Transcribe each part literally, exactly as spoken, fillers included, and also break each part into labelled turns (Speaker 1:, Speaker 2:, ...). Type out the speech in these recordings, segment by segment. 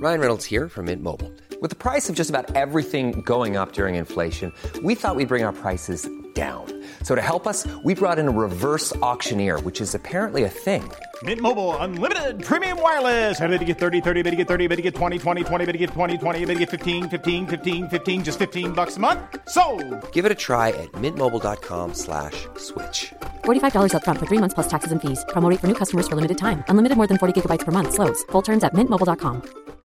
Speaker 1: Ryan Reynolds here from Mint Mobile. With the price of just about everything going up during inflation, we thought we'd bring our prices down. So to help us, we brought in a reverse auctioneer, which is apparently a thing.
Speaker 2: Mint Mobile Unlimited Premium Wireless. How to get thirty, thirty, how to get thirty, how to get twenty, twenty, twenty, how to get twenty, twenty, how to get fifteen, fifteen, fifteen, fifteen, just fifteen bucks a month? Sold!
Speaker 1: Give it a try at mintmobile.com slash switch.
Speaker 3: forty-five dollars up front for three months plus taxes and fees. Promo rate for new customers for limited time. Unlimited more than forty gigabytes per month. Slows full terms at mint mobile dot com.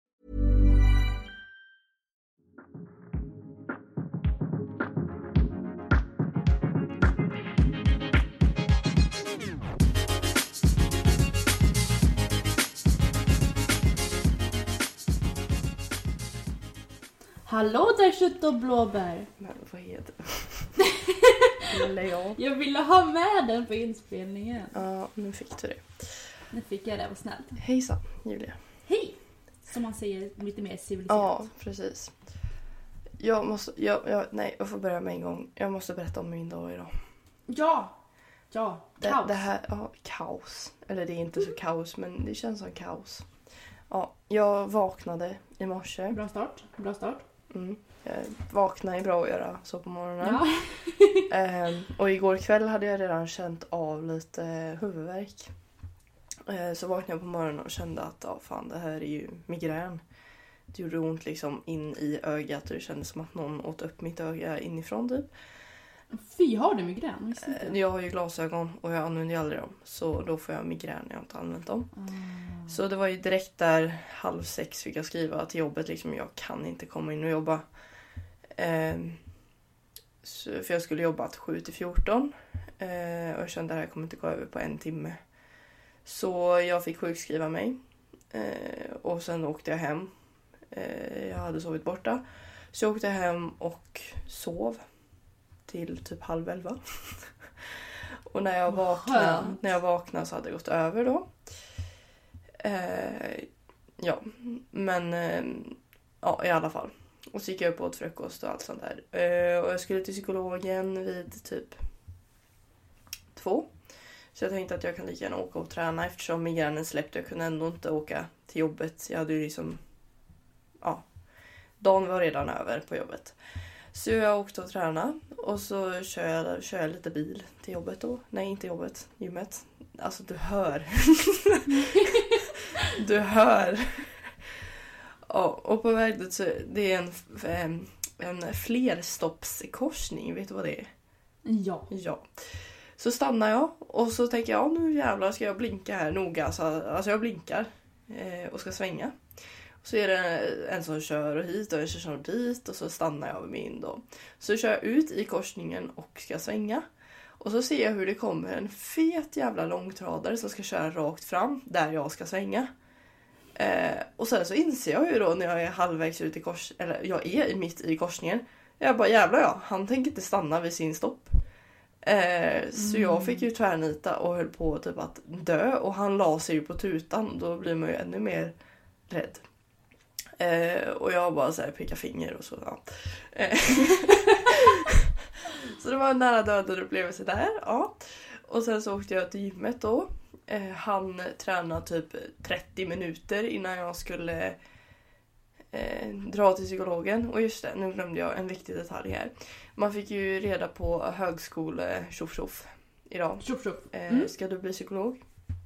Speaker 4: Hallå där, kött och blåbär.
Speaker 5: Men vad heter det? jag.
Speaker 4: jag ville ha med den på inspelningen.
Speaker 5: Ja, nu fick du det.
Speaker 4: Nu fick jag det, var snällt.
Speaker 5: Hejsan, Julia.
Speaker 4: Hej! Som man säger lite mer civiliserat.
Speaker 5: Ja, precis. Jag måste, jag, jag, nej, jag får börja med en gång. Jag måste berätta om min dag idag.
Speaker 4: Ja, ja, kaos.
Speaker 5: Det, det här, ja, kaos. Eller det är inte så kaos, men det känns som kaos. Ja, jag vaknade i morse.
Speaker 4: Bra start, bra start.
Speaker 5: Mm. Vakna är bra att göra så på morgonen.
Speaker 4: Ja.
Speaker 5: ehm, och igår kväll hade jag redan känt av lite huvudvärk. Ehm, så vaknade jag på morgonen och kände att ja, fan, det här är ju migrän. Det gjorde ont liksom in i ögat och det kändes som att någon åt upp mitt öga inifrån typ.
Speaker 4: Fy, har du migrän?
Speaker 5: Ehm, jag har ju glasögon och jag använder ju aldrig dem. Så då får jag migrän när jag inte använt dem.
Speaker 4: Mm.
Speaker 5: Så det var ju direkt där halv sex fick jag skriva till jobbet. Liksom, jag kan inte komma in och jobba. Ehm, så, för jag skulle jobba till sju till fjorton. Ehm, och jag kände att det här kommer inte gå över på en timme. Så jag fick sjukskriva mig. Ehm, och sen åkte jag hem. Ehm, jag hade sovit borta. Så jag åkte hem och sov. Till typ halv elva. Och när jag vaknade, när jag vaknade så hade det gått över då. Eh, ja, men eh, ja, i alla fall. Och så gick jag upp och åt frukost och allt sånt där. Eh, och jag skulle till psykologen vid typ två. Så jag tänkte att jag kan lika gärna åka och träna eftersom migränen släppte. Jag kunde ändå inte åka till jobbet. Jag hade ju liksom, ja, dagen var redan över på jobbet. Så jag åkte och tränade. Och så kör jag, kör jag lite bil till jobbet då. Nej, inte jobbet, gymmet. Alltså du hör. Du hör. Ja, och på väg dit så det är en, en flerstoppskorsning. Vet du vad det är?
Speaker 4: Ja.
Speaker 5: Ja. Så stannar jag och så tänker jag, nu jävlar ska jag blinka här noga. Alltså, alltså jag blinkar eh, och ska svänga. Så är det en som kör hit och en som kör dit och så stannar jag vid min då. Så kör jag ut i korsningen och ska svänga. Och så ser jag hur det kommer en fet jävla långtradare som ska köra rakt fram där jag ska svänga. Eh, och sen så inser jag ju då när jag är halvvägs ut i kors, eller jag är mitt i korsningen. Jag bara jävlar ja, han tänker inte stanna vid sin stopp. Eh, så
Speaker 4: Mm.
Speaker 5: jag fick ju tvärnita och höll på typ att dö. Och han la sig ju på tutan, då blir man ju ännu mer rädd. Eh, och jag bara så här pekar finger och så. Ja. Eh. Så det var en nära döden upplevelse där. Ja. Och sen så åkte jag till gymmet då. Eh, han tränade typ trettio minuter innan jag skulle eh, dra till psykologen. Och just det, nu glömde jag en viktig detalj här. Man fick ju reda på högskole tjoff tjoff idag.
Speaker 4: Tjoff tjoff.
Speaker 5: Eh,
Speaker 4: Mm.
Speaker 5: ska du bli psykolog?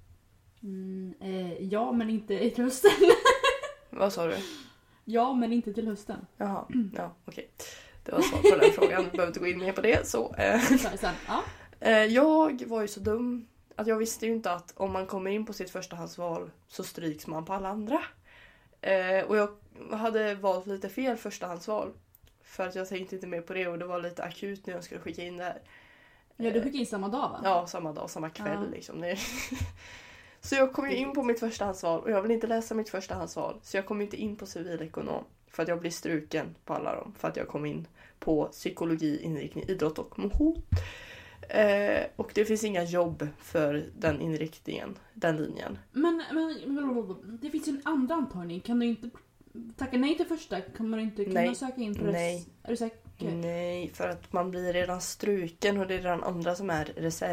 Speaker 4: Mm, eh, ja, men inte till hösten.
Speaker 5: Vad sa du?
Speaker 4: Ja, men inte till hösten.
Speaker 5: Jaha, ja okej. Det var svar på den frågan. Du behöver inte gå in mer på det. Så, eh.
Speaker 4: Sen, ja.
Speaker 5: eh, jag var ju så dum att jag visste ju inte att om man kommer in på sitt förstahandsval så stryks man på alla andra. Eh, och jag hade valt lite fel förstahandsval. För att jag tänkte inte mer på det och det var lite akut när jag skulle skicka in det här.
Speaker 4: Ja, du skickade in samma dag va?
Speaker 5: Ja, samma dag, samma kväll
Speaker 4: Ja.
Speaker 5: liksom. Så jag kom ju in på mitt förstahandsval och jag vill inte läsa mitt förstahandsval. Så jag kom inte in på civilekonom för att jag blir struken på alla dem. För att jag kom in på psykologi, inriktning, idrott och motion. Eh, och det finns inga jobb för den inriktningen, den linjen.
Speaker 4: Men, men, men det finns ju en andra antagning. Kan du inte tacka nej till första? Kan man inte kunna
Speaker 5: Nej.
Speaker 4: söka in på res-
Speaker 5: Nej.
Speaker 4: Är du säker?
Speaker 5: Nej, för att man blir redan struken och det är den andra som är reserv.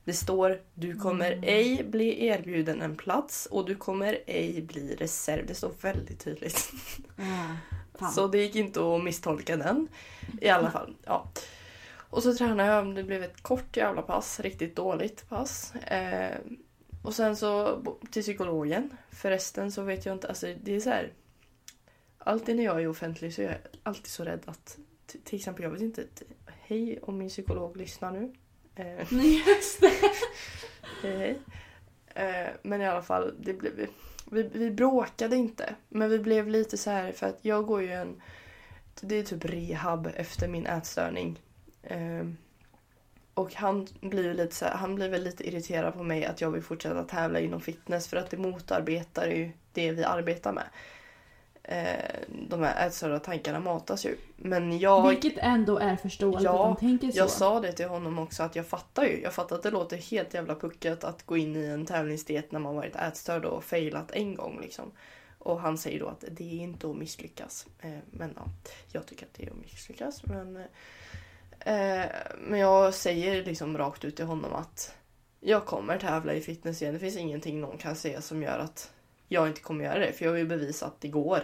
Speaker 5: Det står, du kommer mm. ej bli erbjuden en plats och du kommer ej bli reserv. Det står väldigt tydligt.
Speaker 4: Ja,
Speaker 5: så det gick inte att misstolka den. I alla fall, ja. Och så tränade jag, det blev ett kort jävla pass, riktigt dåligt pass. Eh, och sen så till psykologen. Förresten så vet jag inte, alltså det är så här. Alltid när jag är offentlig så är jag alltid så rädd att, till exempel jag vet inte, hej om min psykolog lyssnar nu. Eh,
Speaker 4: Nej, just det.
Speaker 5: hej, hej. Eh, men i alla fall, det blev, vi, vi bråkade inte. Men vi blev lite så här för att jag går ju en, det är typ rehab efter min ätstörning. Eh, och han blir ju lite så här, han blir väl lite irriterad på mig att jag vill fortsätta tävla inom fitness för att det motarbetar ju det vi arbetar med. Eh, de här ätstörda tankarna matas ju. Men jag,
Speaker 4: vilket ändå är förståeligt
Speaker 5: ja,
Speaker 4: att de tänker så.
Speaker 5: Jag sa det till honom också att jag fattar ju. Jag fattar att det låter helt jävla puckat att gå in i en tävlingsdiet när man varit ätstörd och failat en gång liksom. Och han säger då att det är inte att misslyckas. Eh, men ja, jag tycker att det är att misslyckas. Men, eh, men jag säger liksom rakt ut till honom att jag kommer tävla i fitness igen. Det finns ingenting någon kan säga som gör att jag inte kommer göra det. För jag vill bevisa att det går.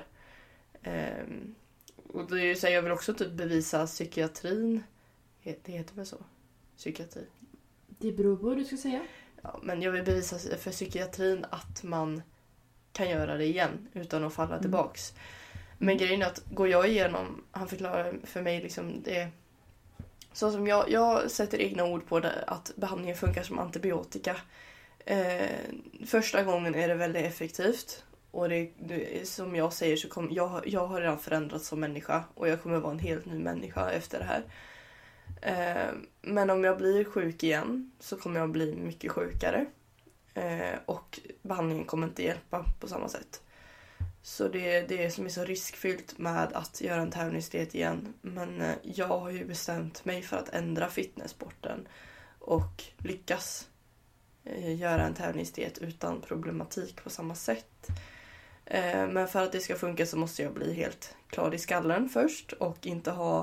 Speaker 5: Um, och det är så här, jag vill också typ bevisa psykiatrin. Det heter väl så? Psykiatri.
Speaker 4: Det beror på vad du ska säga.
Speaker 5: Ja, men jag vill bevisa för psykiatrin att man kan göra det igen utan att falla mm. tillbaks. Men grejen är att går jag igenom, han förklarar för mig liksom det. Så som jag, jag sätter egna ord på det, att behandlingen funkar som antibiotika. Eh, första gången är det väldigt effektivt. Och det, det, som jag säger så kommer jag, jag har redan förändrats som människa. Och jag kommer vara en helt ny människa efter det här. Eh, men om jag blir sjuk igen så kommer jag bli mycket sjukare. Eh, och behandlingen kommer inte hjälpa på samma sätt. Så det är det som är så riskfyllt med att göra en tävlingsdiet igen. Men eh, jag har ju bestämt mig för att ändra fitnesssporten. Och lyckas göra en tävlingsdiet utan problematik på samma sätt. Men för att det ska funka så måste jag bli helt klar i skallen först och inte ha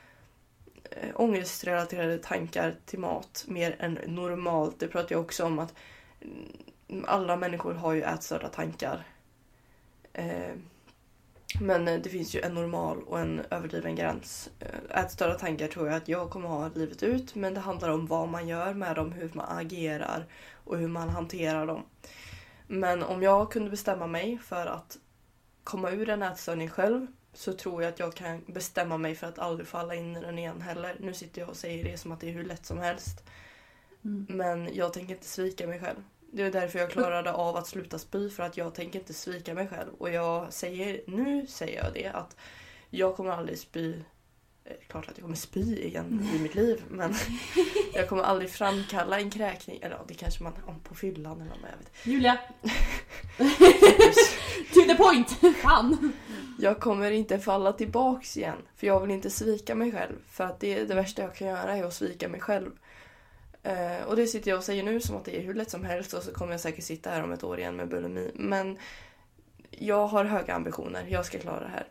Speaker 5: ångestrelaterade tankar till mat mer än normalt. Det pratar jag också om att alla människor har ju ätstörda tankar. Men det finns ju en normal och en överdriven gräns. Ätstörda tankar tror jag att jag kommer ha livet ut. Men det handlar om vad man gör med dem, hur man agerar och hur man hanterar dem. Men om jag kunde bestämma mig för att komma ur en ätstörning själv, så tror jag att jag kan bestämma mig för att aldrig falla in i den igen heller. Nu sitter jag och säger det som att det är hur lätt som helst. Mm. Men jag tänker inte svika mig själv. Det är därför jag klarade av att sluta spy, för att jag tänker inte svika mig själv. Och jag säger, nu säger jag det, att jag kommer aldrig spy. Klart att jag kommer spy igen i mitt liv, men jag kommer aldrig framkalla en kräkning. Eller ja, det kanske man om på fyllan eller vad jag vet.
Speaker 4: Julia. To the point. Fan.
Speaker 5: Jag kommer inte falla tillbaks igen, för jag vill inte svika mig själv. För att det, det värsta jag kan göra är att svika mig själv. Uh, och det sitter jag och säger nu som att det är hur lätt som helst, och så kommer jag säkert sitta här om ett år igen med bulimi. Men jag har höga ambitioner, jag ska klara det här.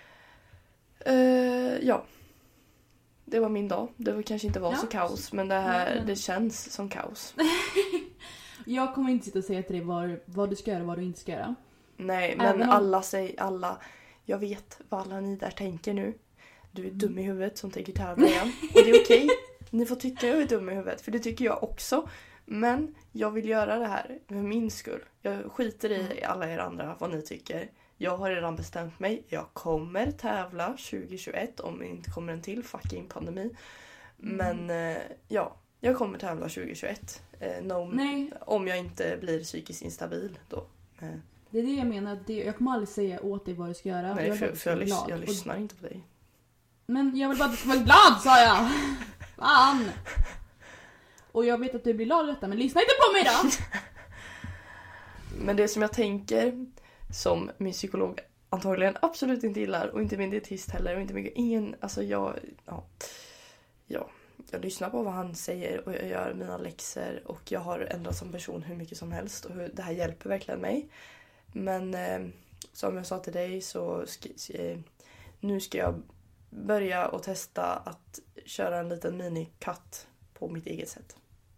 Speaker 5: Uh, ja. Det var min dag. Det var kanske inte var ja. så kaos, men det här, det känns som kaos.
Speaker 4: Jag kommer inte sitta och säga till dig vad, vad du ska göra och vad du inte ska göra.
Speaker 5: Nej, men om... alla säger, alla, jag vet vad alla ni där tänker nu. Du är dum i huvudet som tänker tävla igen. Och det är okej. Ni får tycka jag är dum i huvudet, för det tycker jag också. Men jag vill göra det här för min skull. Jag skiter i alla er andra vad ni tycker. Jag har redan bestämt mig. Jag kommer tävla tjugo tjugoett om det inte kommer en till fucking pandemi. Men mm. ja, jag kommer tävla tjugo tjugoett. Eh, no,
Speaker 4: Nej.
Speaker 5: Om jag inte blir psykiskt instabil då. Eh.
Speaker 4: Det är det jag menar. Det, jag kommer aldrig säga åt dig vad du ska göra.
Speaker 5: Nej,
Speaker 4: jag
Speaker 5: för, för jag, lys- jag lyssnar och... inte på dig.
Speaker 4: Men jag vill bara att du ska vara glad, sa jag. Fan. Och jag vet att du blir glad av detta, men lyssna inte på mig då.
Speaker 5: Men det som jag tänker, som min psykolog antagligen absolut inte gillar, och inte min dietist heller, och inte mycket, ingen, alltså jag, ja, ja, jag lyssnar på vad han säger och jag gör mina läxor, och jag har ändrat som person hur mycket som helst, och hur, det här hjälper verkligen mig. Men eh, som jag sa till dig så ska, eh, nu ska jag börja och testa att köra en liten mini-cut på mitt eget sätt.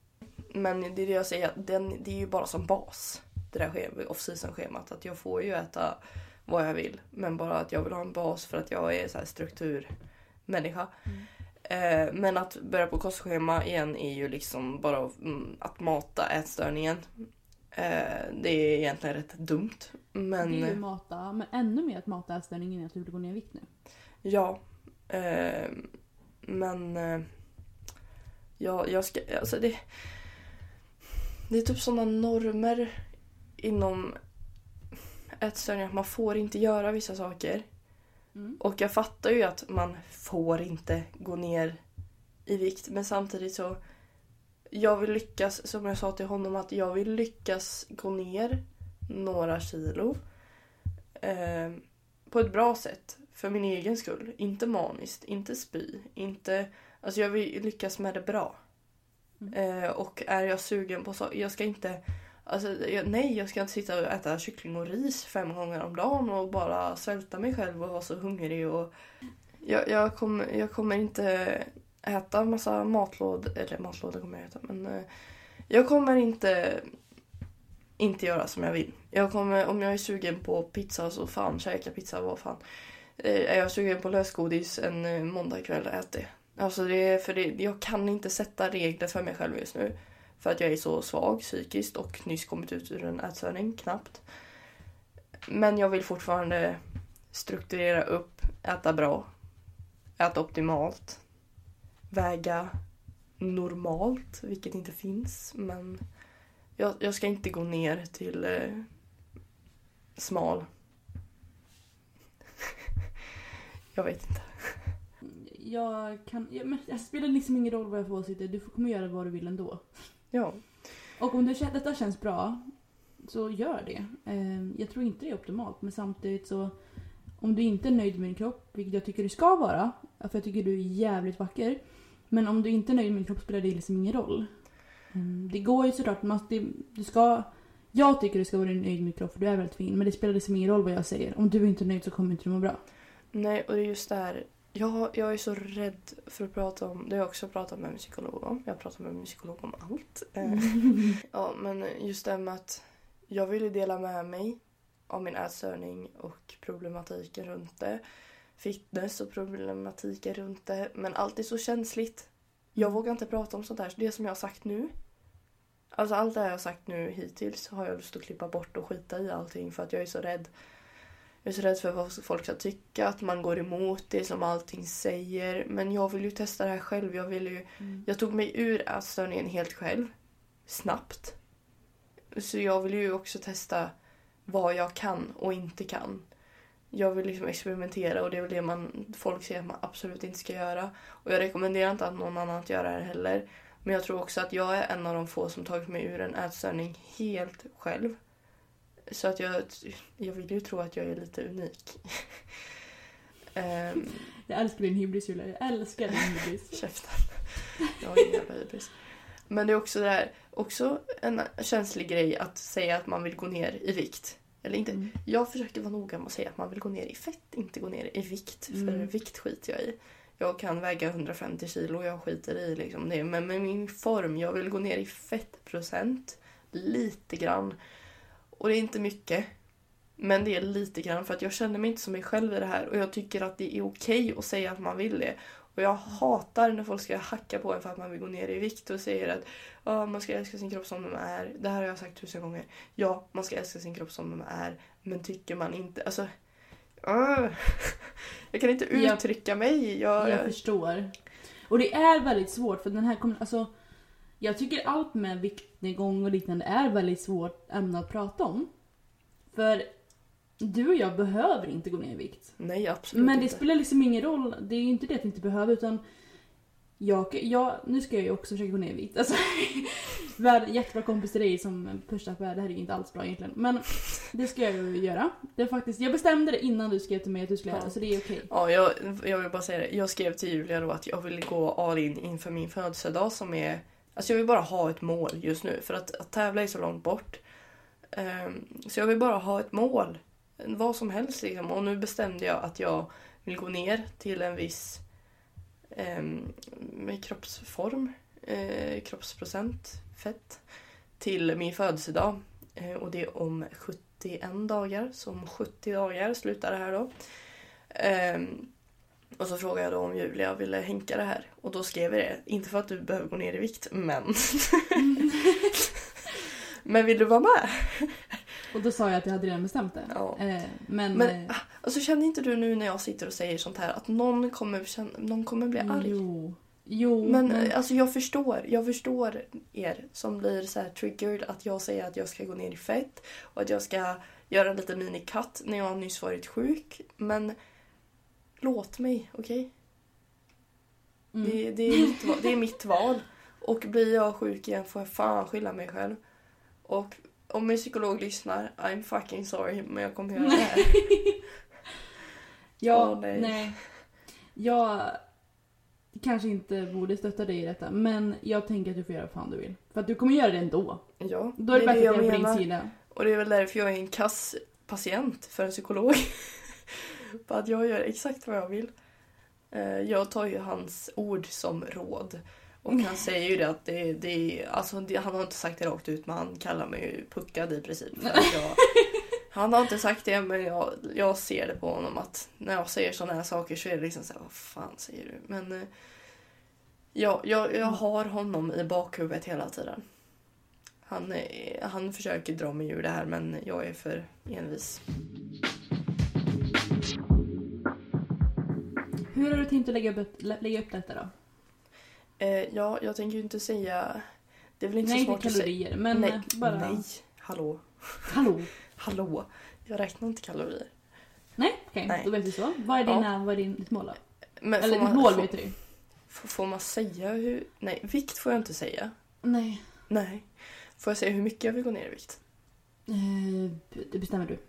Speaker 5: Men det är det jag säger, att den, det är ju bara som bas. Det där off-season-schemat. Att jag får ju äta vad jag vill. Men bara att jag vill ha en bas för att jag är så här strukturmänniska. Mm. Eh, men att börja på kostschema igen är ju liksom bara mm, att mata ätstörningen. Eh, det är egentligen rätt dumt. Men...
Speaker 4: Det är ju mata, men ännu mer att mata ätstörningen är att du vill gå ner i vikt nu.
Speaker 5: Ja. Eh, men... Eh, ja, jag ska... Alltså det... Det är typ sådana normer inom ätstörningar att man får inte göra vissa saker. Mm. Och jag fattar ju att man får inte gå ner i vikt. Men samtidigt så... Jag vill lyckas, som jag sa till honom, att jag vill lyckas gå ner några kilo. Eh, på ett bra sätt. För min egen skull. Inte maniskt, inte spy. Inte... Alltså jag vill lyckas med det bra. Mm. Eh, och är jag sugen på så... Jag ska inte... Alltså, jag, nej, jag ska inte sitta och äta kyckling och ris fem gånger om dagen och bara svälta mig själv och vara så hungrig. Och jag, jag, kommer, jag kommer inte äta en massa matlådor, eller matlådor kommer jag äta, men eh, jag kommer inte inte göra som jag vill. Jag kommer, om jag är sugen på pizza så fan, käka pizza, vad fan. Eh, är jag sugen på lösgodis en eh, måndagkväll, ät det. Alltså det är, för det, jag kan inte sätta regler för mig själv just nu. För att jag är så svag psykiskt och nyss kommit ut ur en ätstörning, knappt. Men jag vill fortfarande strukturera upp, äta bra, äta optimalt, väga normalt, vilket inte finns. Men jag, jag ska inte gå ner till eh, smal. Jag vet inte.
Speaker 4: Jag kan... Jag, men det spelar liksom ingen roll vad jag får åsikter. Du kommer göra vad du vill ändå.
Speaker 5: Ja.
Speaker 4: Och om det, detta känns bra, så gör det. Jag tror inte det är optimalt. Men samtidigt så... Om du inte är nöjd med din kropp, vilket jag tycker du ska vara. För jag tycker du är jävligt vacker. Men om du inte är nöjd med din kropp spelar det liksom ingen roll. Det går ju såklart. Du ska... Jag tycker du ska vara nöjd med din kropp, för du är väldigt fin. Men det spelar liksom ingen roll vad jag säger. Om du inte är nöjd så kommer inte du må bra.
Speaker 5: Nej, och det är just det här... Jag, jag är så rädd för att prata om... Det har jag också pratat med en psykolog om. Jag pratar med en psykolog om allt. Mm. Ja, men just det med att... Jag vill ju dela med mig av min ätstörning och problematiken runt det. Fitness och problematiken runt det. Men allt är så känsligt. Jag vågar inte prata om sånt här. Det som jag har sagt nu. Alltså allt det jag har sagt nu hittills har jag lust att klippa bort och skita i allting. För att jag är så rädd. Jag är så rädd för vad folk ska tycka. Att man går emot det som allting säger. Men jag vill ju testa det här själv. Jag, vill ju, mm. jag tog mig ur ätstörningen helt själv. Snabbt. Så jag vill ju också testa vad jag kan och inte kan. Jag vill liksom experimentera. Och det är väl det man, folk säger att man absolut inte ska göra. Och jag rekommenderar inte att någon annan att göra det heller. Men jag tror också att jag är en av de få som tagit mig ur en ätstörning helt själv. Så att jag, jag vill ju tro att jag är lite unik. um,
Speaker 4: jag älskar din hybris, Julia. Jag älskar din hybris.
Speaker 5: Käften. Jag har ingen hybris. Men det är också det här, också en känslig grej att säga att man vill gå ner i vikt. Eller inte. Mm. Jag försöker vara noga med att säga att man vill gå ner i fett, inte gå ner i vikt. För mm. vikt skiter jag i. Jag kan väga hundrafemtio kilo och jag skiter i liksom det. Men med min form, jag vill gå ner i fettprocent. Lite grann. Och det är inte mycket. Men det är lite grann. För att jag känner mig inte som mig själv i det här. Och jag tycker att det är okej att säga att man vill det. Och jag hatar när folk ska hacka på en för att man vill gå ner i vikt. Och säger att oh, man ska älska sin kropp som den är. Det här har jag sagt tusen gånger. Ja, man ska älska sin kropp som den är. Men tycker man inte... Alltså... Uh, jag kan inte uttrycka jag, mig. Jag,
Speaker 4: jag förstår. Och det är väldigt svårt. För den här kommer... Alltså, jag tycker allt med viktnedgång och liknande är väldigt svårt ämne att prata om. För du och jag behöver inte gå ner i vikt.
Speaker 5: Nej, absolut
Speaker 4: Men det
Speaker 5: inte.
Speaker 4: spelar liksom ingen roll. Det är ju inte det att jag inte behöver, utan jag, jag, nu ska jag ju också försöka gå ner i vikt. Alltså, vi hade jättebra kompis till dig som pushar på det här är ju inte alls bra egentligen. Men det ska jag ju göra. Det är faktiskt, jag bestämde det innan du skrev till mig att du skulle göra det, så det är okej.
Speaker 5: Ja, jag, jag vill bara säga det. Jag skrev till Julia då att jag vill gå all in inför min födelsedag som är... Alltså jag vill bara ha ett mål just nu. För att, att tävla är så långt bort. Um, så jag vill bara ha ett mål. Vad som helst liksom. Och nu bestämde jag att jag vill gå ner till en viss um, med kroppsform. eh, kroppsprocent fett till min födelsedag. Eh, och det är om sjuttioen dagar. Så om sjuttio dagar slutar det här då. Eh, och så frågade jag då om Julia ville hänka det här. Och då skrev jag det. Inte för att du behöver gå ner i vikt, men... men vill du vara med?
Speaker 4: Och då sa jag att jag hade redan bestämt det.
Speaker 5: Ja.
Speaker 4: Eh, men...
Speaker 5: Men alltså, känner inte du nu när jag sitter och säger sånt här att någon kommer, känna, någon kommer bli arg?
Speaker 4: Jo. Jo.
Speaker 5: Men,
Speaker 4: men
Speaker 5: alltså jag förstår. Jag förstår er som blir så här triggered att jag säger att jag ska gå ner i fett. Och att jag ska göra en liten minicut när jag har nyss varit sjuk. Men låt mig, okej? Okay?
Speaker 4: Mm.
Speaker 5: Det, det, är mitt, val- det är mitt val. Och blir jag sjuk igen får jag fan skylla mig själv. Och om min psykolog lyssnar, I'm fucking sorry, men jag kommer göra det här.
Speaker 4: ja,
Speaker 5: Åh, nej.
Speaker 4: nej. Jag kanske inte borde stötta dig i detta, men jag tänker att du får göra vad fan du vill. För att du kommer göra det ändå.
Speaker 5: Ja,
Speaker 4: Då är det,
Speaker 5: det är
Speaker 4: bättre
Speaker 5: det
Speaker 4: att
Speaker 5: jag
Speaker 4: jag är på
Speaker 5: menar.
Speaker 4: din sida.
Speaker 5: Och det är väl därför jag är en kass patient för en psykolog. För att jag gör exakt vad jag vill. Eh, Jag tar ju hans ord som råd. Och han säger ju det att det, det är... Alltså det, han har inte sagt det rakt ut, men han kallar mig ju puckad i princip. För att jag, han har inte sagt det, men jag, jag ser det på honom att när jag säger sådana här saker så är det liksom så här, vad fan säger du? Men eh, jag, jag, jag har honom i bakhuvudet hela tiden. Han, är, han försöker dra mig ur det här, men jag är för envis.
Speaker 4: Hur har du tänkt att lägga upp, lägga upp detta då?
Speaker 5: Eh, ja, jag tänker ju inte säga... Det är väl inte
Speaker 4: Nej,
Speaker 5: så smart
Speaker 4: inte kalorier,
Speaker 5: att säga.
Speaker 4: men
Speaker 5: Nej,
Speaker 4: bara...
Speaker 5: nej. Hallå.
Speaker 4: Hallå?
Speaker 5: Hallå. Jag räknar inte kalorier.
Speaker 4: Nej, okej. Okay. Då vet vi så. Vad är, dina,
Speaker 5: Ja.
Speaker 4: vad är din, ditt mål då?
Speaker 5: Men
Speaker 4: Eller
Speaker 5: får
Speaker 4: ditt
Speaker 5: man,
Speaker 4: mål
Speaker 5: får,
Speaker 4: vet du.
Speaker 5: får, får man säga hur... Nej, vikt får jag inte säga.
Speaker 4: Nej.
Speaker 5: Nej. Får jag säga hur mycket jag vill gå ner i vikt?
Speaker 4: Eh, det bestämmer du.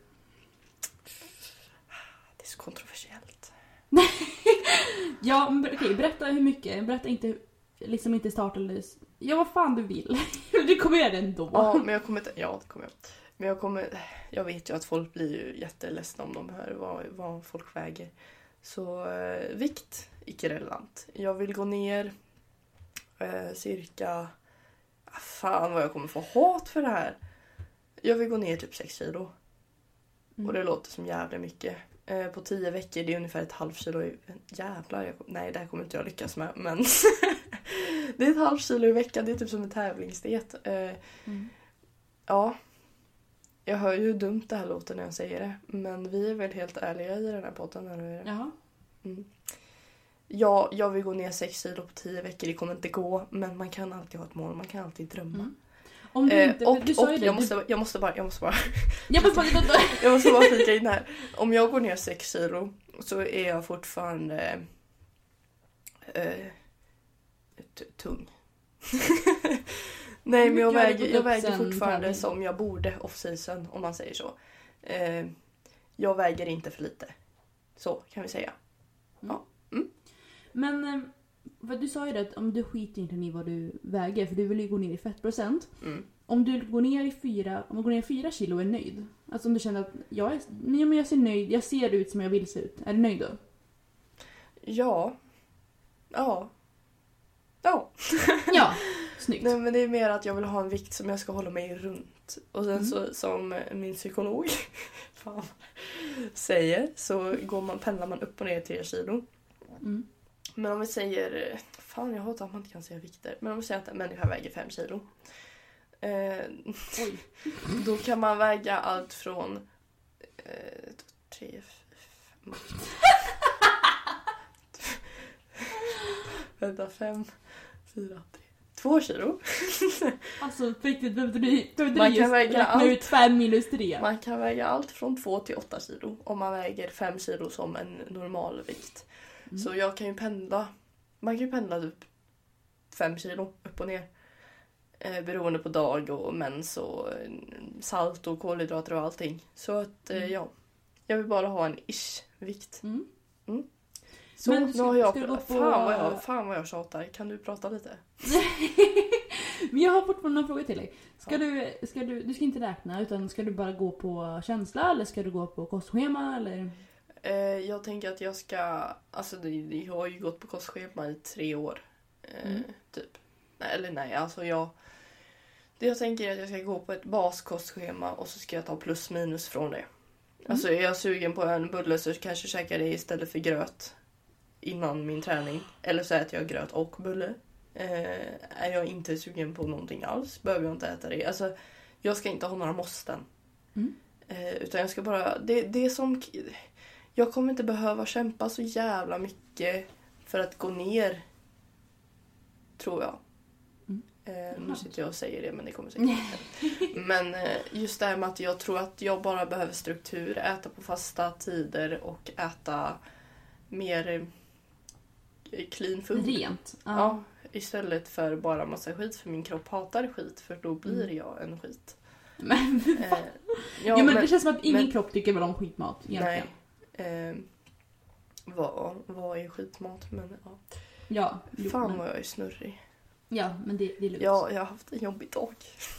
Speaker 5: Det är så kontroversiellt.
Speaker 4: Ja, men okej. Berätta hur mycket. Berätta inte, liksom inte start eller... Ja, vad fan du vill. Du kommer göra det ändå.
Speaker 5: Ja, men jag kommer inte... Ja, det kommer jag. Men jag kommer... Jag vet ju att folk blir ju jätteledsna om de hör vad, vad folk väger. Så eh, vikt, icke relevant. Jag vill gå ner eh, cirka... Ah, fan vad jag kommer få hat för det här. Jag vill gå ner typ sex kilo.
Speaker 4: Mm.
Speaker 5: Och det låter som jävla mycket. Eh, på tio veckor, det är ungefär ett halvt kilo. I, jävlar, jag, nej det här kommer inte jag lyckas med. Men det är ett halvt kilo i veckan, det är typ som en tävlingsdiet. Eh,
Speaker 4: Mm.
Speaker 5: Ja. Jag hör ju hur dumt det här låter när jag säger det. Men vi är väl helt ärliga i den här podden. Eller?
Speaker 4: Jaha.
Speaker 5: Mm. Ja, jag vill gå ner sex kilo på tio veckor. Det kommer inte gå. Men man kan alltid ha ett mål. Man kan alltid drömma.
Speaker 4: Mm. Om du
Speaker 5: Eh,
Speaker 4: inte...
Speaker 5: och
Speaker 4: du sa
Speaker 5: och
Speaker 4: ju det,
Speaker 5: jag,
Speaker 4: du-
Speaker 5: måste, jag måste bara... Jag måste bara,
Speaker 4: Jag måste bara...
Speaker 5: jag måste bara flika in här. Om jag går ner sex kilo så är jag fortfarande eh, t- tung. Nej, men jag
Speaker 4: mycket har du
Speaker 5: väger,
Speaker 4: gått
Speaker 5: jag
Speaker 4: upp
Speaker 5: väger
Speaker 4: sen
Speaker 5: fortfarande
Speaker 4: tävling?
Speaker 5: som jag borde off-season, om man säger så. Eh, jag väger inte för lite. Så kan vi säga.
Speaker 4: Men eh, vad du sa ju det att om du skiter inte i vad du väger, för du vill ju gå ner i fettprocent.
Speaker 5: Mm.
Speaker 4: Om du går ner i fyra, om du går ner i fyra kilo och är nöjd. Alltså om du känner att jag, är, nej, men jag ser nöjd, jag ser ut som jag vill se ut. Är du nöjd då?
Speaker 5: Ja. Ja. Ja.
Speaker 4: Ja, snyggt.
Speaker 5: Nej, men det är mer att jag vill ha en vikt som jag ska hålla mig runt. Och sen
Speaker 4: Mm.
Speaker 5: så, som min psykolog fan, säger, så går man, pendlar man upp och ner tre kilo.
Speaker 4: Mm.
Speaker 5: Men om vi säger, fan jag hatar att man inte kan säga vikter. Men om vi säger att en människa väger fem kilo. Eh,
Speaker 4: Oj.
Speaker 5: då kan man väga allt från eh, tre, fem, vänta, fem, fyra, tre, två kilo.
Speaker 4: Alltså på riktigt behövde du, behövde
Speaker 5: Man
Speaker 4: du
Speaker 5: kan
Speaker 4: just
Speaker 5: väga
Speaker 4: räkna
Speaker 5: allt.
Speaker 4: ut fem minus tre.
Speaker 5: Man kan väga allt från två till åtta kilo om man väger fem kilo som en normal vikt.
Speaker 4: Mm.
Speaker 5: Så jag kan ju pendla. Man kan ju pendla typ fem kilo upp och ner. Eh, beroende på dag och mens och eh, salt och kolhydrater och allting. Så att eh,
Speaker 4: Mm.
Speaker 5: ja, jag vill bara ha en ish-vikt.
Speaker 4: Mm.
Speaker 5: Så
Speaker 4: Men
Speaker 5: nu
Speaker 4: ska-
Speaker 5: har jag...
Speaker 4: ska du gå på-
Speaker 5: fan, vad jag fan vad jag tjatar. Kan du prata lite?
Speaker 4: Men jag har fortfarande en fråga till dig. Ska
Speaker 5: Ja.
Speaker 4: du, ska du, du ska inte räkna, utan ska du bara gå på känsla eller ska du gå på kostschema eller?
Speaker 5: Eh, jag tänker att jag ska... Alltså det, jag har ju gått på kostschema i tre år. Eh,
Speaker 4: Mm.
Speaker 5: Typ. Nej, eller nej, alltså jag... Det jag tänker är att jag ska gå på ett baskostschema och så ska jag ta plus minus från det. Mm. Alltså är jag sugen på en bulle så kanske jag käkar det istället för gröt innan min träning. Eller så äter jag gröt och bulle. Eh, är jag inte sugen på någonting alls behöver jag inte äta det. Alltså, jag ska inte ha några måsten. Mm. Eh, utan jag ska bara... Det, det är som... Jag kommer inte behöva kämpa så jävla mycket för att gå ner. Tror jag. Mm. Eh, nu sitter jag och säger det, men det kommer säkert inte. Men eh, just det här med att jag tror att jag bara behöver struktur. Äta på fasta tider och äta mer eh, clean food.
Speaker 4: Rent. Ja.
Speaker 5: Ja, istället för bara massa skit. För min kropp hatar skit, för då blir mm. jag en skit.
Speaker 4: Men, eh, ja, ja, men, men det känns som att ingen men, kropp tycker väl om skitmat egentligen.
Speaker 5: Nej. Eh, vad, vad är skitmat? Men ja.
Speaker 4: Ja,
Speaker 5: fan
Speaker 4: men...
Speaker 5: vad jag är snurrig.
Speaker 4: Ja, men det, det är lugnt.
Speaker 5: Ja, jag har haft en jobbig dag.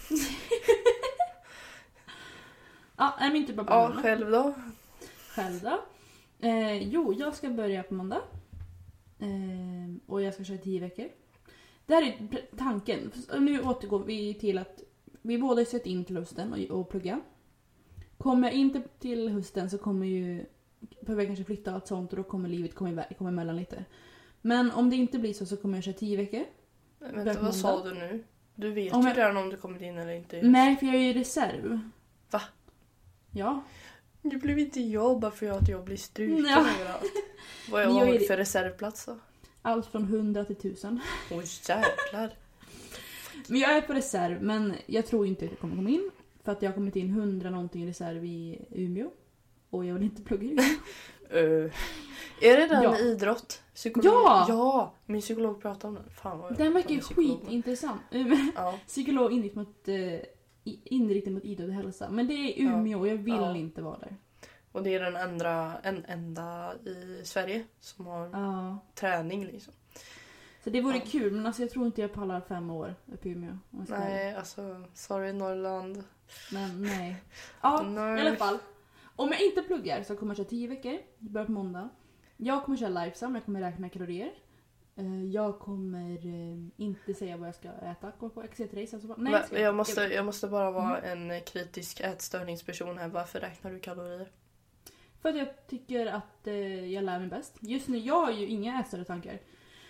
Speaker 4: Ja, är inte bara
Speaker 5: Ja, själv då?
Speaker 4: Själv då? Eh, jo, jag ska börja på måndag. Eh, och jag ska köra tio veckor. Det här är tanken. Nu återgår vi till att vi båda har sett in till hösten och, och plugga. Kommer jag inte till hösten så kommer ju behöver jag kanske flytta och sånt och då kommer livet komma, iväg, komma emellan lite. Men om det inte blir så så kommer jag köra tio veckor.
Speaker 5: Vänta, vad sa du nu? Du vet om ju jag... redan om du kommer in eller inte.
Speaker 4: Nej, för jag är ju reserv.
Speaker 5: Va?
Speaker 4: Ja.
Speaker 5: Det blev inte jag bara för att jag blir struken ja. överallt. Vad jag har jag är... för reservplats då?
Speaker 4: Allt från hundra till tusen.
Speaker 5: Åh jävlar.
Speaker 4: Men jag är på reserv, men jag tror inte att jag kommer komma in. För att jag har kommit in hundra någonting reserv i Umeå. Och jag vill inte plugga i Umeå.
Speaker 5: uh, är det den ja. idrott? Psykolog?
Speaker 4: Ja!
Speaker 5: Ja! Min psykolog pratar om den. Fan vad jag
Speaker 4: den verkar ju skitintressant. Ja. Psykolog inriktad mot, uh, inriktad mot idrott och hälsa. Men det är Umeå och jag vill ja. inte vara där.
Speaker 5: Och det är den enda, en enda i Sverige som har
Speaker 4: ja.
Speaker 5: träning liksom.
Speaker 4: Så det vore ja. kul, men alltså jag tror inte jag pallar fem år uppe i Umeå.
Speaker 5: Nej, alltså sorry Norrland.
Speaker 4: Men nej. Ja, nej. I alla fall. Om jag inte pluggar så kommer jag köra tio veckor. Det börjar på måndag. Jag kommer köra Lifesum, jag kommer räkna kalorier. Jag kommer inte säga vad jag ska äta. Gå på X C-race. Alltså nej,
Speaker 5: jag, jag, jag, måste, jag måste bara vara mm. en kritisk ätstörningsperson här. Varför räknar du kalorier?
Speaker 4: För att jag tycker att jag lär mig bäst. Just nu, jag har ju inga ätstörda tankar.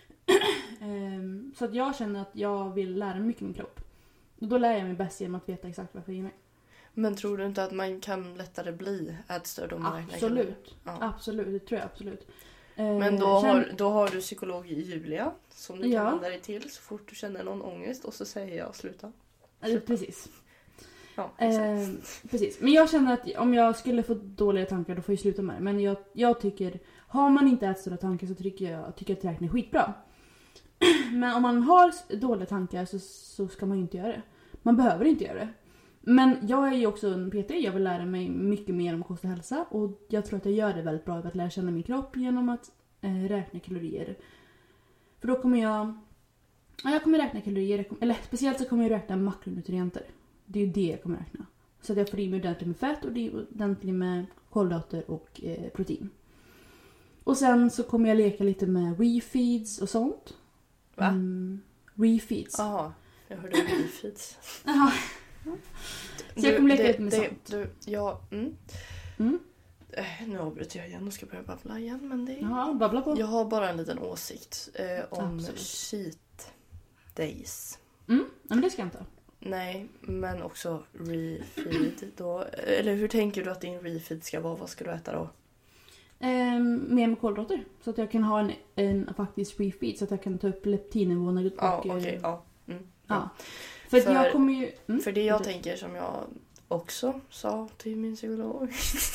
Speaker 4: Så att jag känner att jag vill lära mig mycket om min kropp. Och då lär jag mig bäst genom att veta exakt vad jag får i mig.
Speaker 5: Men tror du inte att man kan lättare bli ätstörd om man räknar kalorier?
Speaker 4: Absolut, ja. absolut, det tror jag absolut.
Speaker 5: Men då har, då har du psykolog i Julia som du kan ja. vända dig till så fort du känner någon ångest och så säger jag sluta.
Speaker 4: sluta. Precis.
Speaker 5: Ja,
Speaker 4: eh, precis. Men jag känner att om jag skulle få dåliga tankar då får jag sluta med det. Men jag, jag tycker, har man inte ätstörda tankar så tycker jag, tycker jag att räkna är skitbra. Men om man har dåliga tankar så, så ska man ju inte göra det. Man behöver inte göra det. Men jag är ju också en P T. Jag vill lära mig mycket mer om kost och hälsa. Och jag tror att jag gör det väldigt bra att lära känna min kropp genom att eh, räkna kalorier. För då kommer jag... Ja, jag kommer räkna kalorier. Jag kommer, eller speciellt så kommer jag räkna makronutrienter. Det är ju det jag kommer räkna. Så att jag får i mig ordentligt med fett och det är ordentligt med kolhydrater och eh, protein. Och sen så kommer jag leka lite med refeeds och sånt.
Speaker 5: Va?
Speaker 4: Mm, refeeds.
Speaker 5: Jaha, jag hörde refeeds.
Speaker 4: Jaha. Så jag kommer leka lite med
Speaker 5: det,
Speaker 4: sånt.
Speaker 5: Du, ja, mm.
Speaker 4: Mm.
Speaker 5: Äh, nu avbryter jag igen och ska börja babbla igen. Men det,
Speaker 4: Jaha, babbla på.
Speaker 5: Jag har bara en liten åsikt eh, om
Speaker 4: Absolut.
Speaker 5: cheat days.
Speaker 4: Mm, men det ska jag inte.
Speaker 5: Nej, men också refeed då. Eller hur tänker du att din refeed ska vara? Vad ska du äta då?
Speaker 4: Um, mer med kolhydrater. Så att jag kan ha en, en faktisk refeed. Så att jag kan ta upp leptinnivån. Och,
Speaker 5: ja, okej. Okay, ja. Mm,
Speaker 4: ja. För, för jag kommer ju... Mm,
Speaker 5: för det jag det. tänker som jag också sa till min psykolog.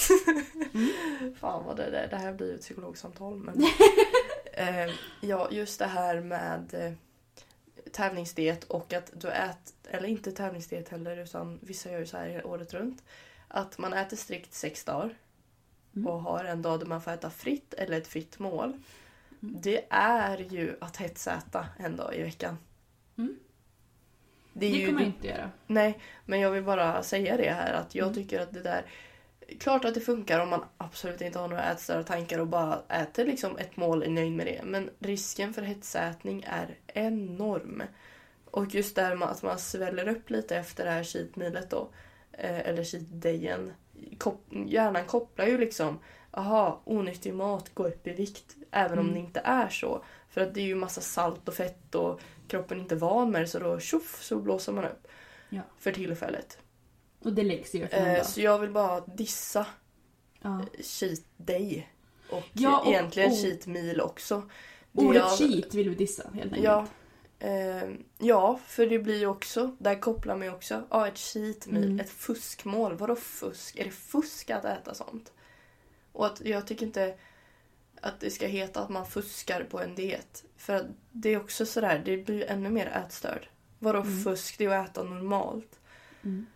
Speaker 5: Mm. Fan vad det är. Det här blir ju ett psykologsamtal. Men, eh, ja, just det här med eh, tävlingsdiet och att du äter... Eller inte tävlingsdiet heller, utan vissa gör ju så här året runt. Att man äter strikt sex dagar. Mm. Och har en dag där man får äta fritt eller ett fritt mål. Mm. Det är ju att hetsäta en dag i veckan.
Speaker 4: Mm.
Speaker 5: Det, är
Speaker 4: det
Speaker 5: ju,
Speaker 4: kan man inte göra.
Speaker 5: Nej, men jag vill bara säga det här. Att jag mm. tycker att det där... Klart att det funkar om man absolut inte har några ätstörda tankar och bara äter liksom ett mål och är nöjd med det. Men risken för hetsätning är enorm. Och just där man, att man sväller upp lite efter det här cheat mealet då. Eh, eller cheat dayen. Kop- hjärnan kopplar ju liksom, aha, onyttig mat går upp i vikt. Även mm. om det inte är så. För att det är ju massa salt och fett och kroppen inte van med det, så då tjoff så blåser man upp.
Speaker 4: Ja.
Speaker 5: För tillfället.
Speaker 4: Och det läggs ju
Speaker 5: eh, Så jag vill bara dissa
Speaker 4: ja.
Speaker 5: cheat day. Och,
Speaker 4: ja, och
Speaker 5: egentligen
Speaker 4: och,
Speaker 5: cheat meal också.
Speaker 4: Ordet
Speaker 5: jag,
Speaker 4: cheat vill vi dissa helt enkelt.
Speaker 5: Ja, eh, ja, för det blir ju också, där kopplar man ju också, ja, ett cheat meal, mm. ett fuskmål. Vadå fusk? Är det fusk att äta sånt? Och att jag tycker inte att det ska heta att man fuskar på en diet. För att det är också sådär, det blir ju ännu mer ätstörd. Vadå mm. fusk? Det är att äta normalt. Mm.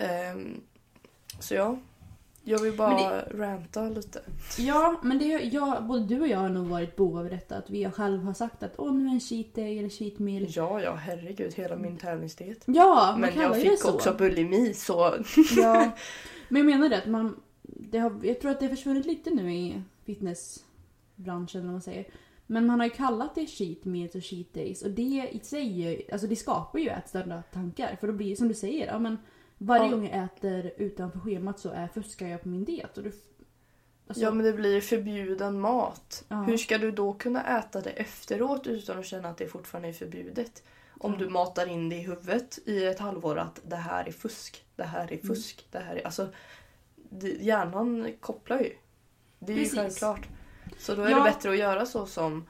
Speaker 5: Um, så ja, jag vill bara det, ranta lite.
Speaker 4: Ja, men det, jag, både du och jag har nog varit bovar vid detta. Att vi själv har sagt att åh, nu är en cheat day eller cheat meal.
Speaker 5: Ja, ja, herregud, hela min tävlingsdiet.
Speaker 4: Ja, man
Speaker 5: men
Speaker 4: kallar
Speaker 5: jag fick
Speaker 4: det så.
Speaker 5: också bulimi, så...
Speaker 4: Ja, men jag menar det att man... Det har, jag tror att det har försvunnit lite nu i fitnessbranschen, eller vad man säger. Men man har ju kallat det cheat meals och cheat days. Och det i sig, alltså det skapar ju ätstörda tankar. För då blir det som du säger, ja men... Varje ja. gång jag äter utanför schemat så är fuskar jag på min diet. Och du, alltså...
Speaker 5: Ja, men det blir förbjuden mat.
Speaker 4: Ja.
Speaker 5: Hur ska du då kunna äta det efteråt utan att känna att det fortfarande är förbjudet? Om ja. du matar in det i huvudet i ett halvår att det här är fusk, det här är fusk, mm. det här är... Alltså, det, hjärnan kopplar ju. Det är Precis. ju självklart. Så då är ja. det bättre att göra så som...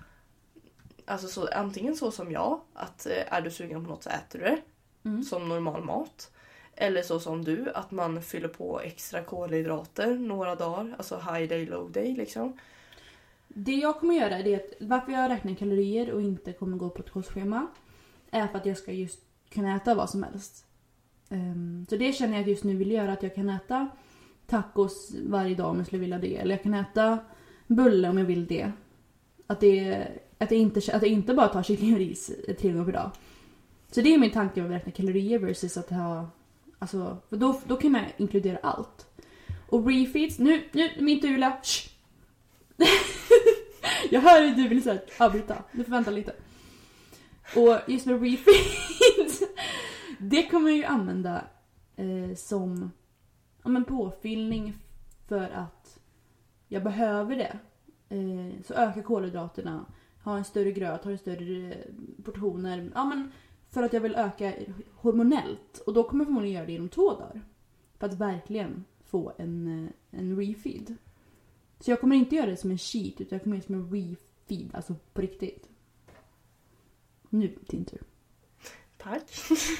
Speaker 5: Alltså så, antingen så som jag, att är du sugen på något så äter du det. Mm. Som normal mat. Eller så som du, att man fyller på extra kolhydrater några dagar. Alltså high day, low day liksom.
Speaker 4: Det jag kommer göra är att varför jag räknar kalorier och inte kommer gå på ett kostschema är för att jag ska just kunna äta vad som helst. Um, så det känner jag att just nu vill göra, att jag kan äta tacos varje dag om jag skulle vilja det. Eller jag kan äta bulle om jag vill det. Att, det, att, jag, inte, att jag inte bara tar kyckling och ris tre gånger per dag. Så det är min tanke med att räkna kalorier versus att ha... Alltså, för då, då kan jag inkludera allt. Och refeeds, nu, nu min Tula. Jag hör hur du vill säga avbryta. Du får vänta lite. Och just med refeeds, det kommer jag ju använda eh, som ja, men påfyllning för att jag behöver det. Eh, så öka kolhydraterna, ha en större gröt, ha en större portioner. Ja, men för att jag vill öka hormonellt. Och då kommer jag förmodligen göra det inom två dagar. För att verkligen få en, en refeed. Så jag kommer inte göra det som en cheat, utan jag kommer göra det som en refeed. Alltså på riktigt. Nu, din tur.
Speaker 5: Tack.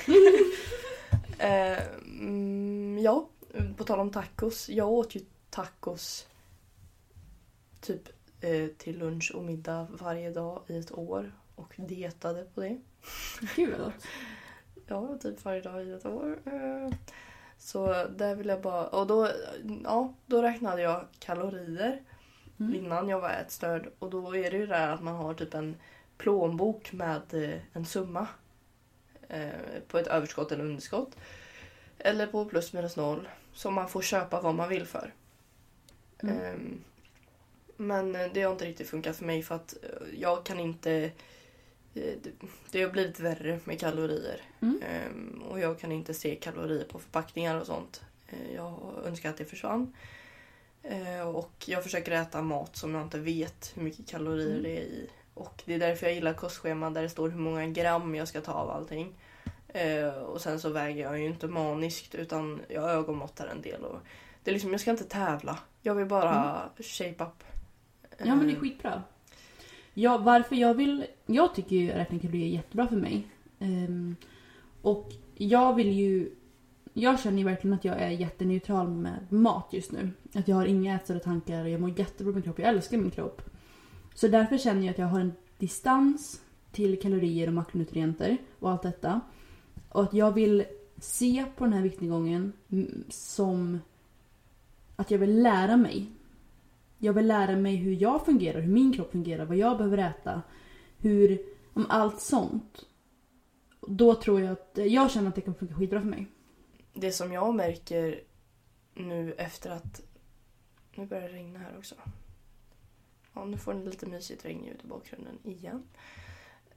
Speaker 5: eh, mm, ja, på tal om tacos. Jag åt ju tacos typ eh, till lunch och middag varje dag i ett år. Och dietade på det.
Speaker 4: Kul.
Speaker 5: Ja, typ varje dag i ett år. Så där vill jag bara... Och då, ja, då räknade jag kalorier mm. innan jag var ätstörd. Och då är det ju där att man har typ en plånbok med en summa. På ett överskott eller underskott. Eller på plus minus noll. Så man får köpa vad man vill för. Mm. Men det har inte riktigt funkat för mig för att jag kan inte... Det har blivit värre med kalorier. Mm. Um, och jag kan inte se kalorier på förpackningar och sånt. Uh, jag önskar att det försvann. Uh, och jag försöker äta mat som jag inte vet hur mycket kalorier mm. det är i. Och det är därför jag gillar kostscheman där det står hur många gram jag ska ta av allting. Uh, och sen så väger jag ju inte maniskt utan jag ögonmåttar en del. Och det är liksom, jag ska inte tävla. Jag vill bara mm. shape up.
Speaker 4: Ja, men det är skitbra. Ja, varför jag vill... Jag tycker ju att räkna kalorier är jättebra för mig. Um, och jag vill ju... Jag känner ju verkligen att jag är jätteneutral med mat just nu. Att jag har inga ätstörda tankar. Jag mår jättebra med min kropp. Jag älskar min kropp. Så därför känner jag att jag har en distans till kalorier och makronutrienter och allt detta. Och att jag vill se på den här viktnedgången som att jag vill lära mig. Jag vill lära mig hur jag fungerar, hur min kropp fungerar, vad jag behöver äta. Hur, om allt sånt. Då tror jag att, jag känner att det kan funka skitbra för mig.
Speaker 5: Det som jag märker nu efter att, nu börjar det regna här också. Ja, nu får ni lite mysigt regnljud i bakgrunden igen.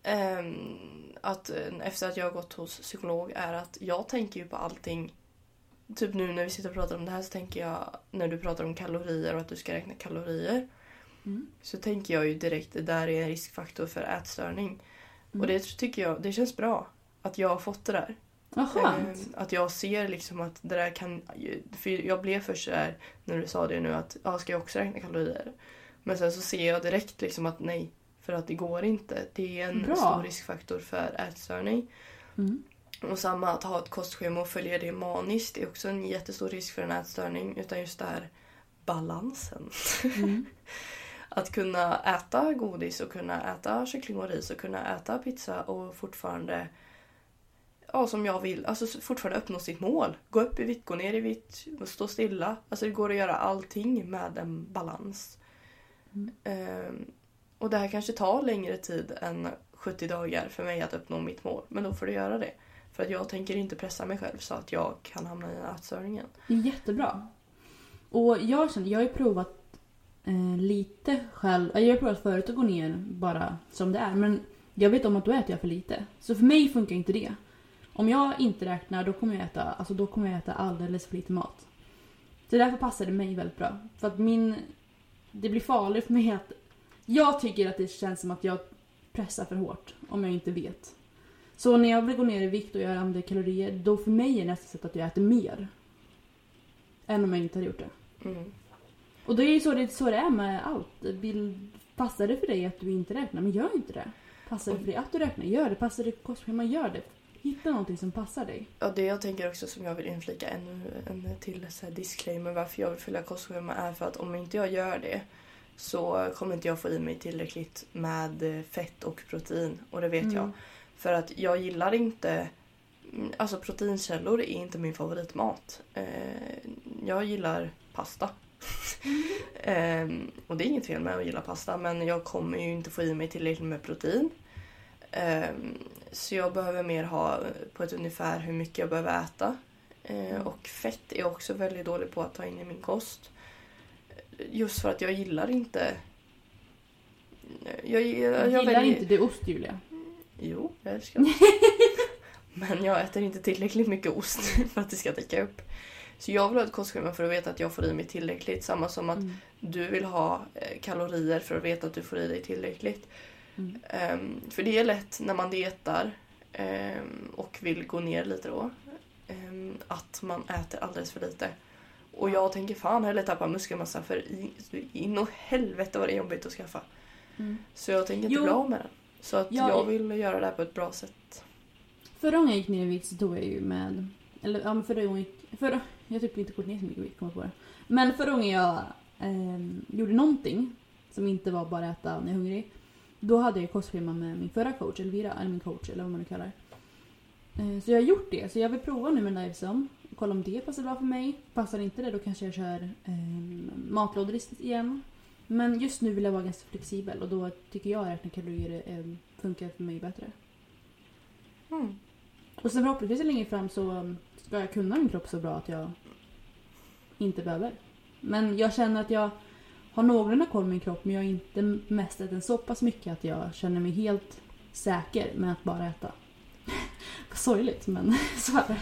Speaker 5: Um, att efter att jag har gått hos psykolog är att jag tänker ju på allting. Typ nu när vi sitter och pratar om det här så tänker jag, när du pratar om kalorier och att du ska räkna kalorier. Mm. Så tänker jag ju direkt, det där är en riskfaktor för ätstörning. Mm. Och det tycker jag, det känns bra att jag har fått det där.
Speaker 4: Aha.
Speaker 5: Att jag ser liksom att det där kan, för jag blev först där när du sa det nu att ja, ska jag också räkna kalorier. Men sen så ser jag direkt liksom att nej, för att det går inte. Det är en bra. Stor riskfaktor för ätstörning. Mm. Och samma att ha ett kostschema och följa det maniskt är också en jättestor risk för en ätstörning. Utan just det här balansen. Mm. Att kunna äta godis och kunna äta kyckling och ris och kunna äta pizza och fortfarande, ja, som jag vill, alltså fortfarande uppnå sitt mål. Gå upp i vikt, gå ner i vikt, stå stilla. Alltså det går att göra allting med en balans. Mm. Um, och det här kanske tar längre tid än sjuttio dagar för mig att uppnå mitt mål. Men då får du göra det. För att jag tänker inte pressa mig själv så att jag kan hamna i ätstörningen.
Speaker 4: Jättebra. Och jag känner, jag har ju provat eh, lite själv. Jag har provat förut att gå ner bara som det är. Men jag vet om att då äter jag för lite. Så för mig funkar inte det. Om jag inte räknar, då kommer jag äta, alltså då kommer jag äta alldeles för lite mat. Så därför passar det mig väldigt bra. För att min, det blir farligt för mig att, jag tycker att det känns som att jag pressar för hårt om jag inte vet. Så när jag vill gå ner i vikt och göra andra kalorier, då för mig är det nästan så att jag äter mer. Än om jag inte hade gjort det. Mm. Och då är det så det, så det är med allt. Vill, passar det för dig att du inte räknar, men gör inte det. Passar det för dig att du räknar, gör det. Passar det kostschema, gör det. Hitta någonting som passar dig.
Speaker 5: Ja, det jag tänker också som jag vill inflika ännu en till så här disclaimer varför jag vill följa kostschema är för att om inte jag gör det så kommer inte jag få i mig tillräckligt med fett och protein. Och det vet mm. jag. För att jag gillar inte, alltså proteinkällor är inte min favoritmat. Jag gillar pasta. Mm. Och det är inget fel med att gilla pasta, men jag kommer ju inte få i mig tillräckligt med protein. Så jag behöver mer ha på ett ungefär hur mycket jag behöver äta. Mm. Och fett är jag också väldigt dålig på att ta in i min kost. Just för att jag gillar inte... Jag, jag, jag
Speaker 4: gillar
Speaker 5: väljer...
Speaker 4: inte det ost, Julia.
Speaker 5: Jo, jag älskar ost. Men jag äter inte tillräckligt mycket ost för att det ska täcka upp. Så jag vill ha ett kostschema för att veta att jag får i mig tillräckligt. Samma som att mm. du vill ha kalorier för att veta att du får i dig tillräckligt. Mm. Um, för det är lätt när man dietar um, och vill gå ner lite då. Um, att man äter alldeles för lite. Och jag tänker fan heller tappa muskelmassa för in, in och helvete vad det är jobbigt att skaffa. Mm. Så jag tänker inte
Speaker 4: jo.
Speaker 5: bli av med den. Så att jag, jag vill göra det här på ett bra sätt.
Speaker 4: Förra gången jag gick ner i vikt så tog jag ju med... Eller ja, men förra gången... Förra, jag typ inte gått ner så mycket vikt, kommer på det. Men förra gången jag eh, gjorde någonting som inte var bara äta när jag är hungrig. Då hade jag kostschema med min förra coach, Elvira, eller min coach, eller vad man nu kallar det. Eh, så jag har gjort det. Så jag vill prova nu med Livesum. Kolla om det passar bra för mig. Passar inte det, då kanske jag kör eh, matlådor igen. Men just nu vill jag vara ganska flexibel. Och då tycker jag att räkna kalorier eh, funkar för mig bättre. Mm. Och sen förhoppningsvis längre fram så ska jag kunna min kropp så bra att jag inte behöver. Men jag känner att jag har någorlunda koll på min kropp, men jag har inte mästrat den så pass mycket att jag känner mig helt säker med att bara äta. Sorgligt, men så är det.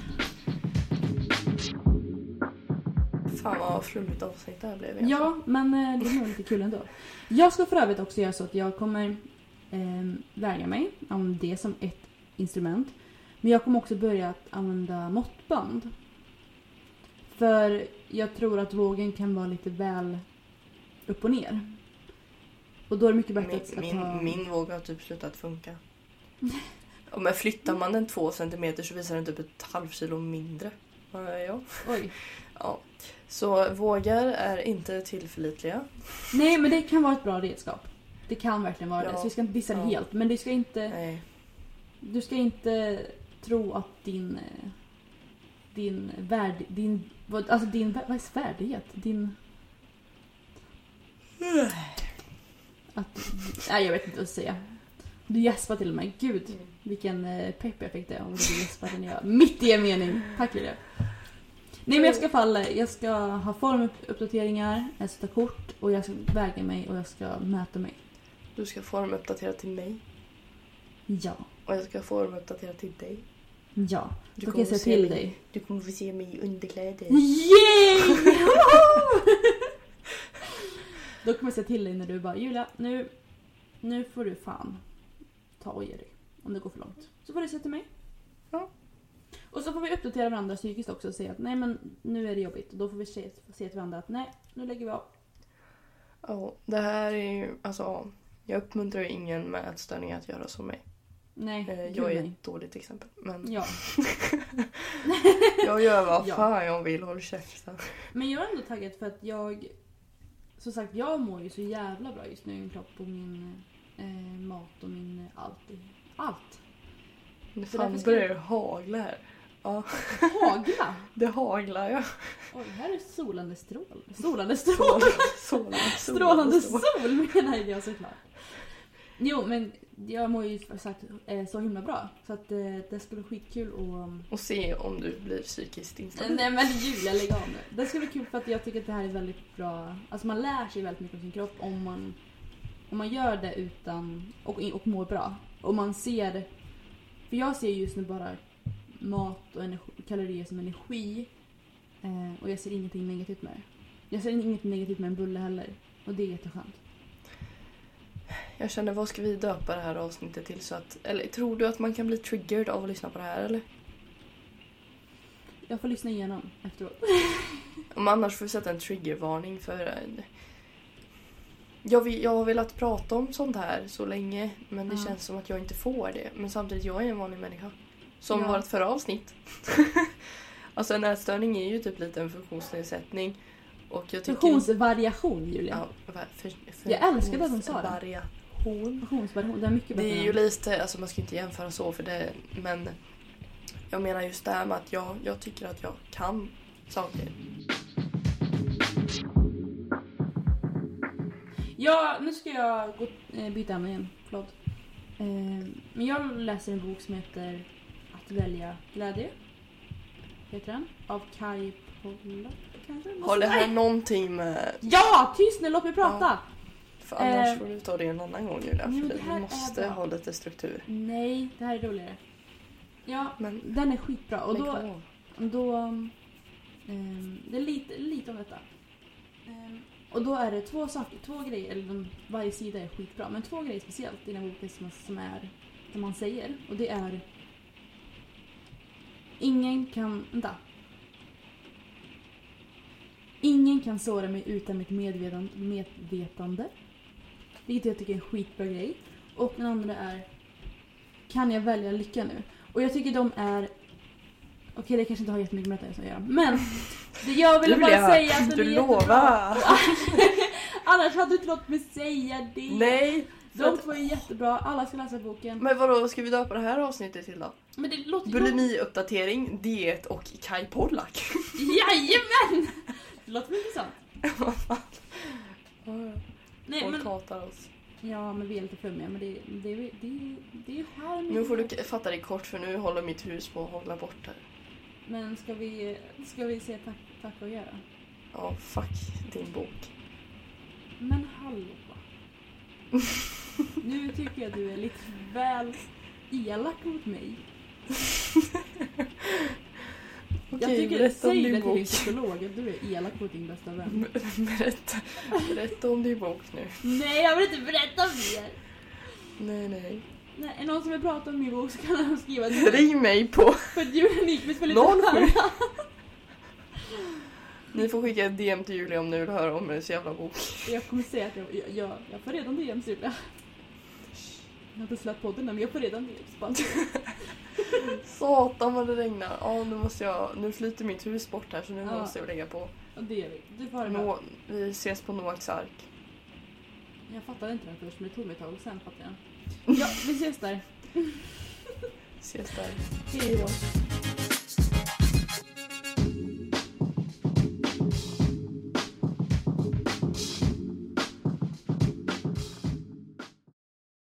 Speaker 5: Fan vad flummigt avsnitt det här blev. Jag.
Speaker 4: Ja, men det är nog lite kul ändå. Jag ska för övrigt också göra så att jag kommer eh, väga mig om det som ett instrument. Men jag kommer också börja att använda måttband. För jag tror att vågen kan vara lite väl upp och ner. Och då är det mycket bättre
Speaker 5: min,
Speaker 4: att
Speaker 5: min,
Speaker 4: ta...
Speaker 5: Min våg har typ slutat funka. Om jag flyttar man den två centimeter så visar den typ ett halvkilo mindre. Ja.
Speaker 4: Oj.
Speaker 5: Ja. Så vågar är inte tillförlitliga.
Speaker 4: Nej, men det kan vara ett bra redskap. Det kan verkligen vara ja. det. Så vi ska inte dissa det ja. helt. Men du ska inte... Nej. Du ska inte tro att din... Din värd... Din... Alltså din... Vad är värdighet? Din... Att... Nej, jag vet inte vad jag ska säga. Du gäspar till mig. Gud, mm. vilken pepp jag fick det. Om du gäspade när jag... Mitt i en mening. Tack Julia. Nej, men jag ska falla. Jag ska ha formuppdateringar. Jag ska ta kort. Och jag ska väga mig. Och jag ska mäta mig.
Speaker 5: Du ska formuppdatera till mig.
Speaker 4: Ja.
Speaker 5: Och jag ska forumuppdatera till dig.
Speaker 4: Ja.
Speaker 5: Du
Speaker 4: Då kan jag säga till dig.
Speaker 5: Mig, du kommer få se mig i underkläder.
Speaker 4: Yay! Då kommer jag säga till dig när du bara, Julia, nu, nu får du fan ta och ge dig. Om det går för långt. Så får du säga till mig.
Speaker 5: Ja.
Speaker 4: Och så får vi uppdatera varandra psykiskt också och säga att nej men nu är det jobbigt. Och då får vi se, se till varandra att nej, nu lägger vi av.
Speaker 5: Ja, det här är ju, alltså, jag uppmuntrar ju ingen med ätstörningar att göra som mig.
Speaker 4: Nej,
Speaker 5: eh,
Speaker 4: gud,
Speaker 5: Jag är
Speaker 4: nej.
Speaker 5: ett dåligt exempel. Men
Speaker 4: Ja.
Speaker 5: jag gör vad
Speaker 4: Ja.
Speaker 5: fan jag vill, håll käften.
Speaker 4: Men jag är ändå taggad för att jag, som sagt, jag mår ju så jävla bra just nu i min kropp och min eh, mat och min allt. Allt.
Speaker 5: Nu
Speaker 4: Så
Speaker 5: fan
Speaker 4: därför ska
Speaker 5: börjar
Speaker 4: jag-
Speaker 5: det hagla. Ja,
Speaker 4: Hagla!
Speaker 5: det haglar ja.
Speaker 4: Oj, här är solande strål. Solande strål!
Speaker 5: Strålande,
Speaker 4: Strålande sol menar jag såklart. Jo, men jag mår ju sagt eh, så himla bra. Så att eh, det skulle vara skitkul och...
Speaker 5: Och se om du blir psykiskt instabil.
Speaker 4: Nej men Julia, lägg av nu. Det skulle vara kul för att jag tycker att det här är väldigt bra. Alltså man lär sig väldigt mycket om sin kropp om man, om man gör det utan och, och mår bra. Och man ser, för jag ser just nu bara mat och energi, kalorier som energi. Eh, och jag ser ingenting negativt med det. Jag ser inget negativt med en bulle heller. Och det är jätteskönt.
Speaker 5: Jag känner, vad ska vi döpa det här avsnittet till så att... Eller tror du att man kan bli triggered av att lyssna på det här eller?
Speaker 4: Jag får lyssna igenom efteråt.
Speaker 5: Om annars får vi sätta en triggervarning för... eh, Jag, vill, jag har velat prata om sånt här så länge, men det
Speaker 4: Ja.
Speaker 5: känns som att jag inte får det. Men samtidigt, jag är en vanlig människa. Som
Speaker 4: Ja.
Speaker 5: vårt förra avsnitt. Alltså en ätstörning är ju typ lite en funktionsnedsättning. Och jag tycker...
Speaker 4: Funktionsvariation, Julia.
Speaker 5: Ja, för, för, för,
Speaker 4: Jag älskade att de sa det.
Speaker 5: Variation.
Speaker 4: Funktionsvariation, det är mycket bättre.
Speaker 5: Det är
Speaker 4: än-
Speaker 5: ju lite, alltså man ska inte jämföra så för det, men jag menar just det här med att jag, jag tycker att jag kan saker.
Speaker 4: Ja, nu ska jag gå, eh, byta ämne igen. Förlåt. Eh, men jag läser en bok som heter Att välja glädje. Heter den. Av Kai Pollak kanske?
Speaker 5: Har det här någonting med...
Speaker 4: Ja, tyst nu, låt mig prata!
Speaker 5: För annars
Speaker 4: Eh,
Speaker 5: får du ta det en annan gång Julia.
Speaker 4: jo,
Speaker 5: För
Speaker 4: det
Speaker 5: det
Speaker 4: här är
Speaker 5: vi måste
Speaker 4: bra.
Speaker 5: ha lite struktur.
Speaker 4: Nej, det här är roligare. Ja,
Speaker 5: Men
Speaker 4: den är skitbra. Och
Speaker 5: lägg
Speaker 4: då,
Speaker 5: av.
Speaker 4: då ehm, det är lite, lite om detta. Ehm, och då är det två saker, två grejer, eller de, varje sida är skitbra, men två grejer speciellt i den här boken som, som är, som man säger. Och det är ingen kan, vänta. Ingen kan såra mig utan mitt medvetande, medvetande. Vilket jag tycker är en skitbra grej. Och den andra är, kan jag välja lycka nu? Och jag tycker de är... Okej, det kanske inte har jättemycket med detta att göra. Men det jag ville bara
Speaker 5: Julia,
Speaker 4: säga att de
Speaker 5: du
Speaker 4: är jättebra.
Speaker 5: lovar.
Speaker 4: Annars hade du inte låtit mig säga det.
Speaker 5: Nej! för
Speaker 4: De
Speaker 5: att-
Speaker 4: två är jättebra. Alla ska läsa boken.
Speaker 5: Men vadå, ska vi döpa det här avsnittet till då?
Speaker 4: Men det låter ju...
Speaker 5: Bulimi-uppdatering, diet och Kai Pollak.
Speaker 4: Jajamän! Det låter intressant.
Speaker 5: Vad fan?
Speaker 4: Nej,
Speaker 5: Folk
Speaker 4: men...
Speaker 5: hatar oss.
Speaker 4: Ja, men vi är lite flummiga. Men det, det, det, det, det är här.
Speaker 5: Nu får du k- fatta det kort för nu håller mitt hus på att hålla bort här.
Speaker 4: Men ska vi, ska vi säga tack, tack och göra?
Speaker 5: Ja, fuck din bok.
Speaker 4: Men hallå. Nu tycker jag du är lite väl elak mot mig. Jag
Speaker 5: Okej,
Speaker 4: tycker,
Speaker 5: berätta om
Speaker 4: säg
Speaker 5: din
Speaker 4: det till din
Speaker 5: bok.
Speaker 4: psykolog att du är elak mot din bästa vän.
Speaker 5: Berätta, berätta om din bok nu.
Speaker 4: Nej, jag vill inte berätta mer.
Speaker 5: Nej, nej.
Speaker 4: Nej, är någon som vill prata om min bok så kan han skriva det.
Speaker 5: Ring mig på
Speaker 4: För att Julia Nyqvist vill
Speaker 5: noll
Speaker 4: inte
Speaker 5: sju.
Speaker 4: höra.
Speaker 5: Ni får skicka ett D M till Julia om ni vill höra om hennes jävla bok.
Speaker 4: Jag kommer säga att jag, jag, jag, jag får redan D Ms, Julia. Jag har inte släppt podden än, men jag får redan D Ms. Bara.
Speaker 5: Satan vad det regnar. Ja, nu måste jag... Nu flyter mitt hus bort här så nu
Speaker 4: Ja.
Speaker 5: måste jag lägga på.
Speaker 4: Och det gör vi. Du får ha det bra.
Speaker 5: Nå, vi ses på Noaks ark.
Speaker 4: Jag fattade inte den först, men det tog mig ett tag och sen fattade jag. Ja, vi ses där.
Speaker 5: Ses där.
Speaker 4: Hej då.